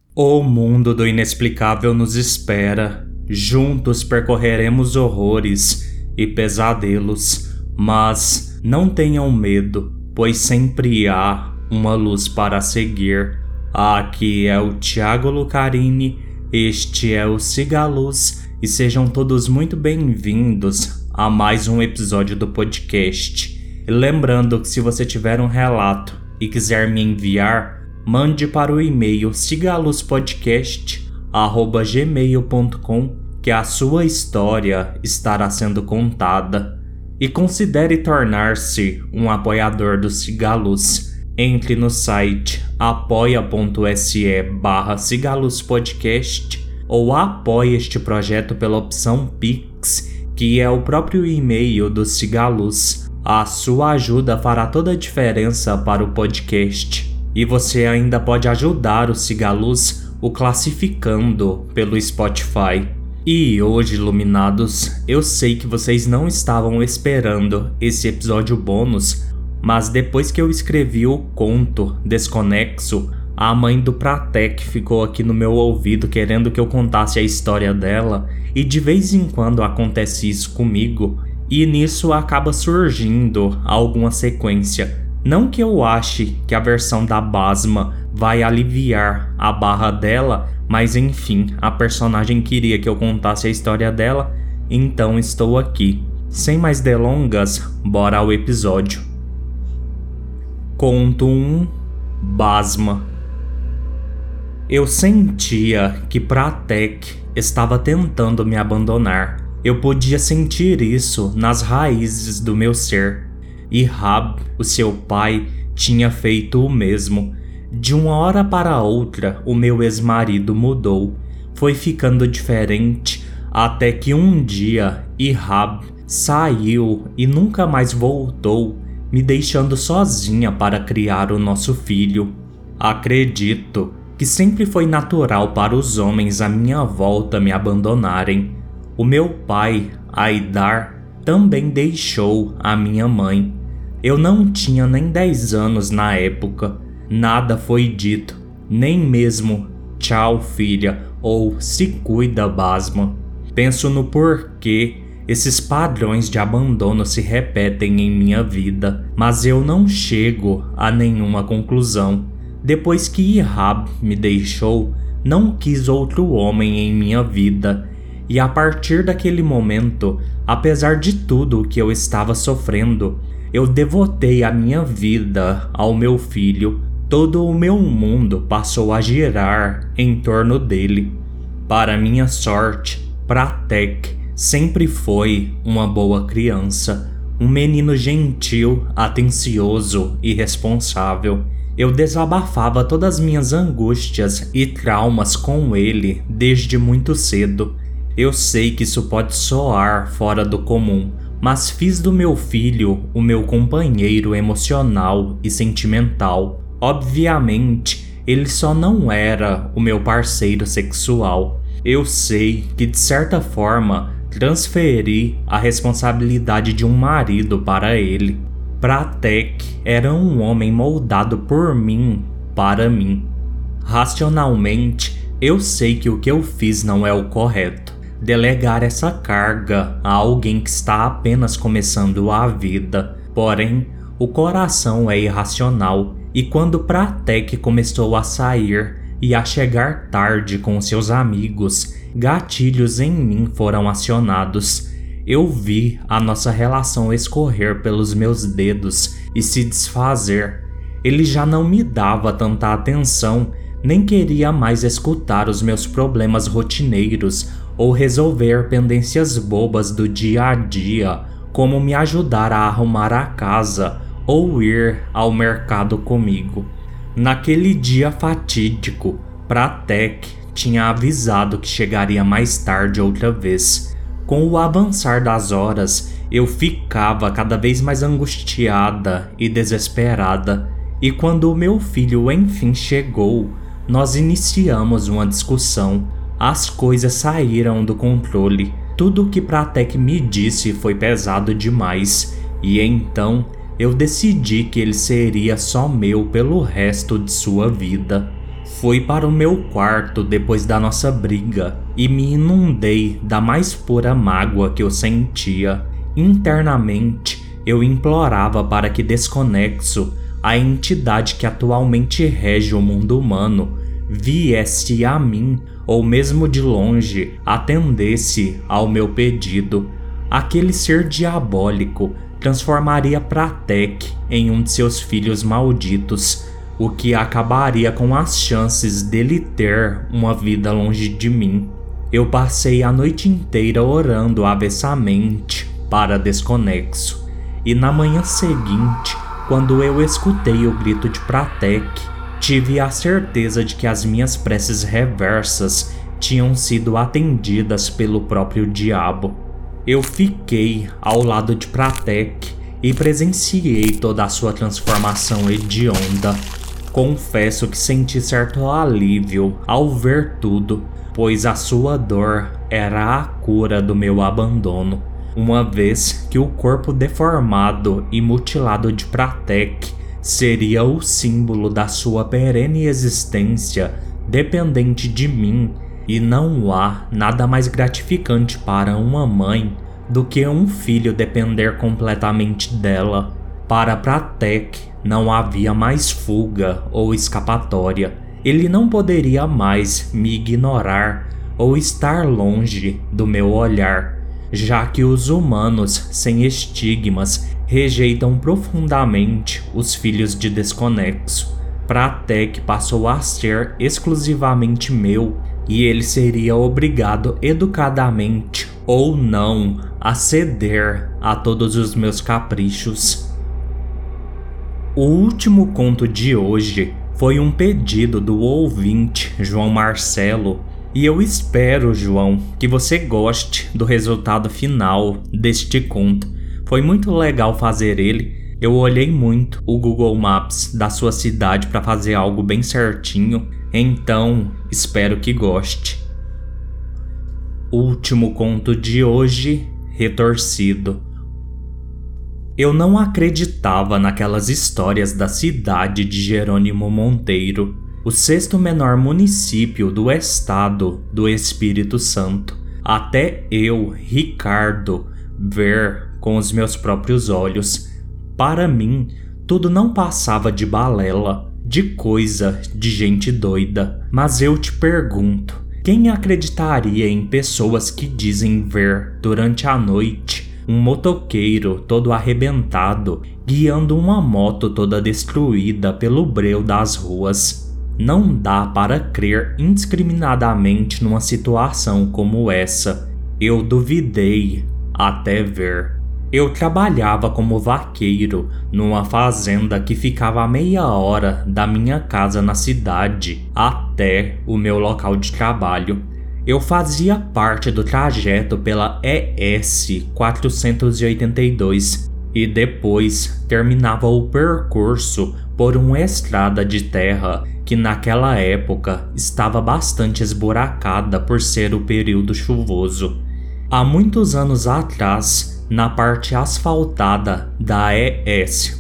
O mundo do inexplicável nos espera. Juntos percorreremos horrores e pesadelos. Mas não tenham medo, pois sempre há uma luz para seguir. Aqui é o Thiago Lucarini, este é o Siga a Luz e sejam todos muito bem-vindos a mais um episódio do podcast. E lembrando que se você tiver um relato e quiser me enviar, mande para o e-mail sigaluzpodcast@gmail.com que a sua história estará sendo contada. E considere tornar-se um apoiador do Siga a Luz. Entre no site apoia.se/sigaluzpodcast ou apoie este projeto pela opção Pix, que é o próprio e-mail do Siga a Luz. A sua ajuda fará toda a diferença para o podcast. E você ainda pode ajudar o Siga a Luz o classificando pelo Spotify. E hoje, iluminados, eu sei que vocês não estavam esperando esse episódio bônus, mas depois que eu escrevi o conto Desconexo, a mãe do Pratek ficou aqui no meu ouvido querendo que eu contasse a história dela, e de vez em quando acontece isso comigo, e nisso acaba surgindo alguma sequência. Não que eu ache que a versão da Basma vai aliviar a barra dela, mas enfim, a personagem queria que eu contasse a história dela, então estou aqui. Sem mais delongas, bora ao episódio. Conto 1: Basma. Eu sentia que Pratek estava tentando me abandonar. Eu podia sentir isso nas raízes do meu ser. E Rab, o seu pai, tinha feito o mesmo. De uma hora para outra, o meu ex-marido mudou. Foi ficando diferente, até que um dia Ihab saiu e nunca mais voltou, me deixando sozinha para criar o nosso filho. Acredito que sempre foi natural para os homens à minha volta me abandonarem. O meu pai, Aidar, também deixou a minha mãe. Eu não tinha nem 10 anos na época. Nada foi dito, nem mesmo tchau filha ou se cuida Basma. Penso no porquê esses padrões de abandono se repetem em minha vida, mas eu não chego a nenhuma conclusão. Depois que Ihab me deixou, não quis outro homem em minha vida, e a partir daquele momento, apesar de tudo o que eu estava sofrendo, eu devotei a minha vida ao meu filho. Todo o meu mundo passou a girar em torno dele. Para minha sorte, Pratek sempre foi uma boa criança, um menino gentil, atencioso e responsável. Eu desabafava todas as minhas angústias e traumas com ele desde muito cedo. Eu sei que isso pode soar fora do comum, mas fiz do meu filho o meu companheiro emocional e sentimental. Obviamente, ele só não era o meu parceiro sexual. Eu sei que, de certa forma, transferi a responsabilidade de um marido para ele. Pratek era um homem moldado por mim, para mim. Racionalmente, eu sei que o que eu fiz não é o correto. Delegar essa carga a alguém que está apenas começando a vida. Porém, o coração é irracional. E quando Pratek começou a sair e a chegar tarde com seus amigos, gatilhos em mim foram acionados. Eu vi a nossa relação escorrer pelos meus dedos e se desfazer. Ele já não me dava tanta atenção, nem queria mais escutar os meus problemas rotineiros ou resolver pendências bobas do dia a dia, como me ajudar a arrumar a casa ou ir ao mercado comigo. Naquele dia fatídico, Pratek tinha avisado que chegaria mais tarde outra vez. Com o avançar das horas, eu ficava cada vez mais angustiada e desesperada, e quando o meu filho enfim chegou, nós iniciamos uma discussão. As coisas saíram do controle. Tudo o que Pratek me disse foi pesado demais, e então eu decidi que ele seria só meu pelo resto de sua vida. Fui para o meu quarto depois da nossa briga e me inundei da mais pura mágoa que eu sentia. Internamente, eu implorava para que Desconexo, a entidade que atualmente rege o mundo humano, viesse a mim, ou mesmo de longe, atendesse ao meu pedido. Aquele ser diabólico transformaria Pratek em um de seus filhos malditos, o que acabaria com as chances dele ter uma vida longe de mim. Eu passei a noite inteira orando avessamente para Desconexo, e na manhã seguinte, quando eu escutei o grito de Pratek, tive a certeza de que as minhas preces reversas tinham sido atendidas pelo próprio diabo. Eu fiquei ao lado de Pratek e presenciei toda a sua transformação hedionda. Confesso que senti certo alívio ao ver tudo, pois a sua dor era a cura do meu abandono, uma vez que o corpo deformado e mutilado de Pratek seria o símbolo da sua perene existência dependente de mim, e não há nada mais gratificante para uma mãe do que um filho depender completamente dela. Para Pratek não havia mais fuga ou escapatória. Ele não poderia mais me ignorar ou estar longe do meu olhar, já que os humanos sem estigmas rejeitam profundamente os filhos de Desconexo. Pratek passou a ser exclusivamente meu, e ele seria obrigado educadamente ou não a ceder a todos os meus caprichos. O último conto de hoje foi um pedido do ouvinte João Marcelo, e eu espero, João, que você goste do resultado final deste conto. Foi muito legal fazer ele. Eu olhei muito o Google Maps da sua cidade para fazer algo bem certinho, então espero que goste. Último conto de hoje, Retorcido. Eu não acreditava naquelas histórias da cidade de Jerônimo Monteiro, o sexto menor município do estado do Espírito Santo, até eu, Ricardo, ver com os meus próprios olhos. Para mim, tudo não passava de balela, de coisa de gente doida. Mas eu te pergunto, quem acreditaria em pessoas que dizem ver durante a noite um motoqueiro todo arrebentado guiando uma moto toda destruída pelo breu das ruas? Não dá para crer indiscriminadamente numa situação como essa. Eu duvidei até ver. Eu trabalhava como vaqueiro numa fazenda que ficava a meia hora da minha casa na cidade até o meu local de trabalho. Eu fazia parte do trajeto pela ES 482 e depois terminava o percurso por uma estrada de terra que naquela época estava bastante esburacada por ser o período chuvoso. Há muitos anos atrás, na parte asfaltada da ES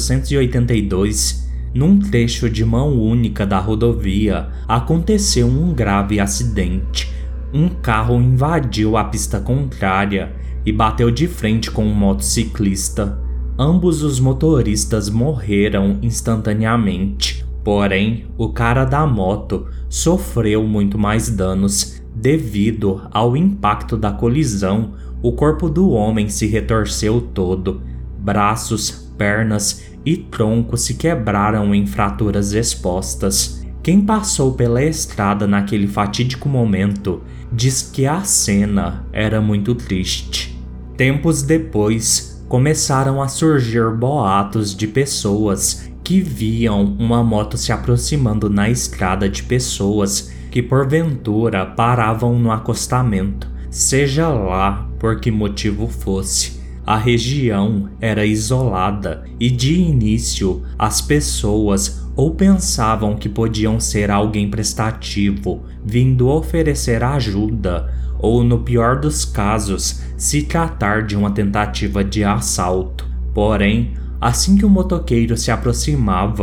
482, num trecho de mão única da rodovia, aconteceu um grave acidente. Um carro invadiu a pista contrária e bateu de frente com um motociclista. Ambos os motoristas morreram instantaneamente, porém, o cara da moto sofreu muito mais danos. Devido ao impacto da colisão, o corpo do homem se retorceu todo. Braços, pernas e tronco se quebraram em fraturas expostas. Quem passou pela estrada naquele fatídico momento diz que a cena era muito triste. Tempos depois, começaram a surgir boatos de pessoas que viam uma moto se aproximando na estrada de pessoas que porventura paravam no acostamento, seja lá por que motivo fosse. A região era isolada e de início as pessoas ou pensavam que podiam ser alguém prestativo vindo oferecer ajuda, ou no pior dos casos, se tratar de uma tentativa de assalto. Porém, assim que o motoqueiro se aproximava,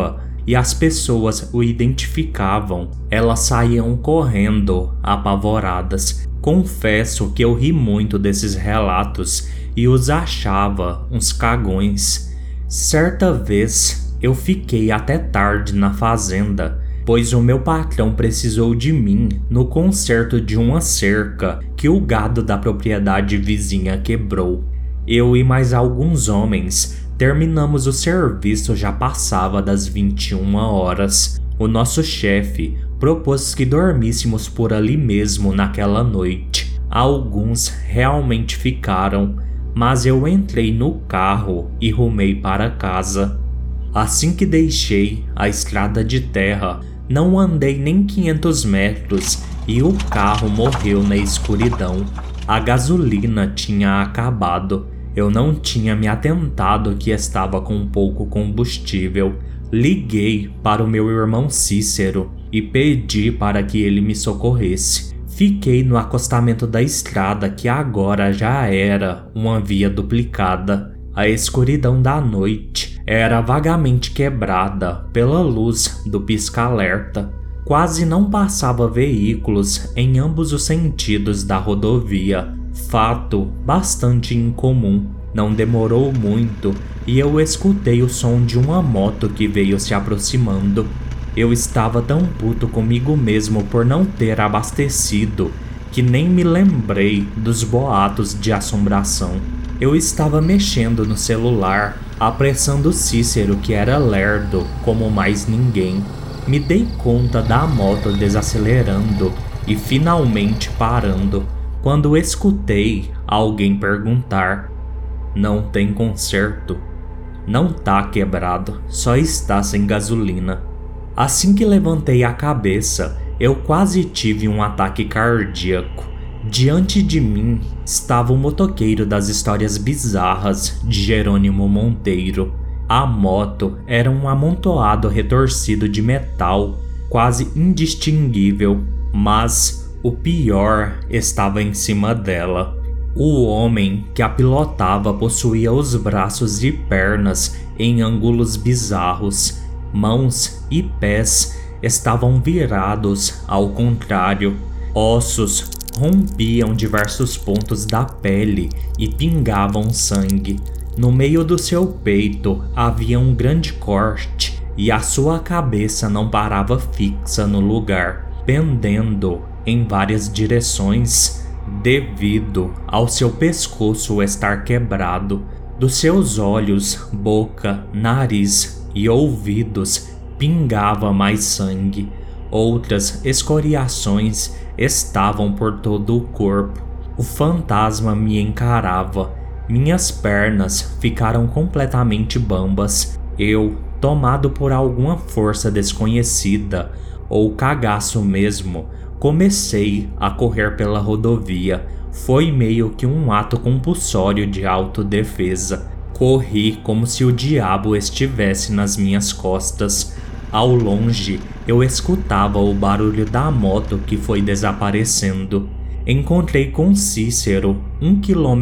e as pessoas o identificavam, elas saíam correndo, apavoradas. Confesso que eu ri muito desses relatos e os achava uns cagões. Certa vez eu fiquei até tarde na fazenda, pois o meu patrão precisou de mim no conserto de uma cerca que o gado da propriedade vizinha quebrou. Eu e mais alguns homens terminamos o serviço, já passava das 21 horas. O nosso chefe propôs que dormíssemos por ali mesmo naquela noite. Alguns realmente ficaram, mas eu entrei no carro e rumei para casa. Assim que deixei a estrada de terra, não andei nem 500 metros e o carro morreu na escuridão. A gasolina tinha acabado. Eu não tinha me atentado que estava com pouco combustível. Liguei para o meu irmão Cícero e pedi para que ele me socorresse. Fiquei no acostamento da estrada, que agora já era uma via duplicada. A escuridão da noite era vagamente quebrada pela luz do pisca-alerta. Quase não passava veículos em ambos os sentidos da rodovia. Fato bastante incomum. Não demorou muito e eu escutei o som de uma moto que veio se aproximando. Eu estava tão puto comigo mesmo por não ter abastecido que nem me lembrei dos boatos de assombração. Eu estava mexendo no celular, apressando Cícero, que era lerdo como mais ninguém. Me dei conta da moto desacelerando e finalmente parando, quando escutei alguém perguntar: "Não tem conserto?" "Não tá quebrado, só está sem gasolina." Assim que levantei a cabeça, eu quase tive um ataque cardíaco. Diante de mim estava o motoqueiro das histórias bizarras de Jerônimo Monteiro. A moto era um amontoado retorcido de metal, quase indistinguível, mas o pior estava em cima dela. O homem que a pilotava possuía os braços e pernas em ângulos bizarros. Mãos e pés estavam virados ao contrário. Ossos rompiam diversos pontos da pele e pingavam sangue. No meio do seu peito havia um grande corte e a sua cabeça não parava fixa no lugar, pendendo em várias direções devido ao seu pescoço estar quebrado. Dos seus olhos, boca, nariz e ouvidos pingava mais sangue. Outras escoriações estavam por todo o corpo. O fantasma me encarava. Minhas pernas ficaram completamente bambas. Eu, tomado por alguma força desconhecida, ou cagaço mesmo, comecei a correr pela rodovia. Foi meio que um ato compulsório de autodefesa. Corri como se o diabo estivesse nas minhas costas. Ao longe, eu escutava o barulho da moto que foi desaparecendo. Encontrei com Cícero 1,5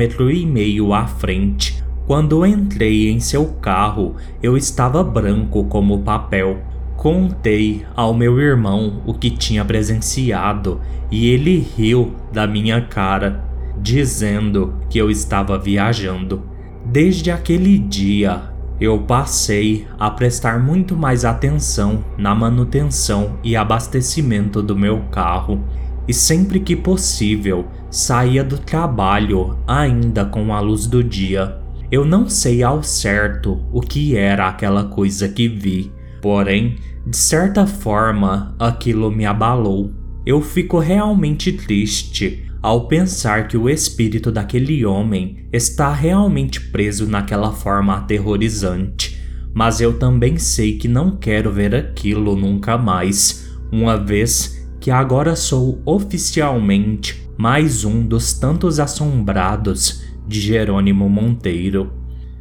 km à frente. Quando entrei em seu carro, eu estava branco como papel. Contei ao meu irmão o que tinha presenciado e ele riu da minha cara, dizendo que eu estava viajando. Desde aquele dia, eu passei a prestar muito mais atenção na manutenção e abastecimento do meu carro, e sempre que possível saía do trabalho ainda com a luz do dia. Eu não sei ao certo o que era aquela coisa que vi, porém, de certa forma, aquilo me abalou. Eu fico realmente triste ao pensar que o espírito daquele homem está realmente preso naquela forma aterrorizante, mas eu também sei que não quero ver aquilo nunca mais, uma vez que agora sou oficialmente mais um dos tantos assombrados de Jerônimo Monteiro.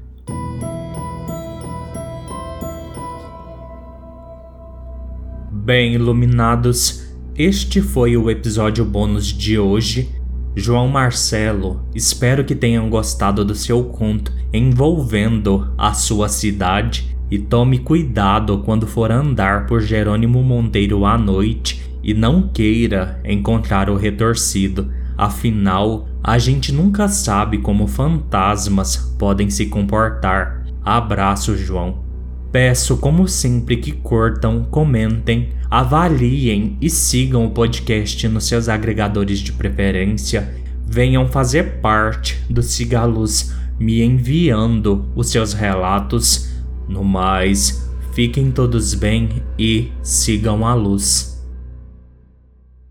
Bem, iluminados, este foi o episódio bônus de hoje. João Marcelo, espero que tenham gostado do seu conto envolvendo a sua cidade. E tome cuidado quando for andar por Jerônimo Monteiro à noite e não queira encontrar o retorcido. Afinal, a gente nunca sabe como fantasmas podem se comportar. Abraço, João. Peço, como sempre, que curtam, comentem, avaliem e sigam o podcast nos seus agregadores de preferência. Venham fazer parte do Siga a Luz, me enviando os seus relatos. No mais, fiquem todos bem e sigam a luz.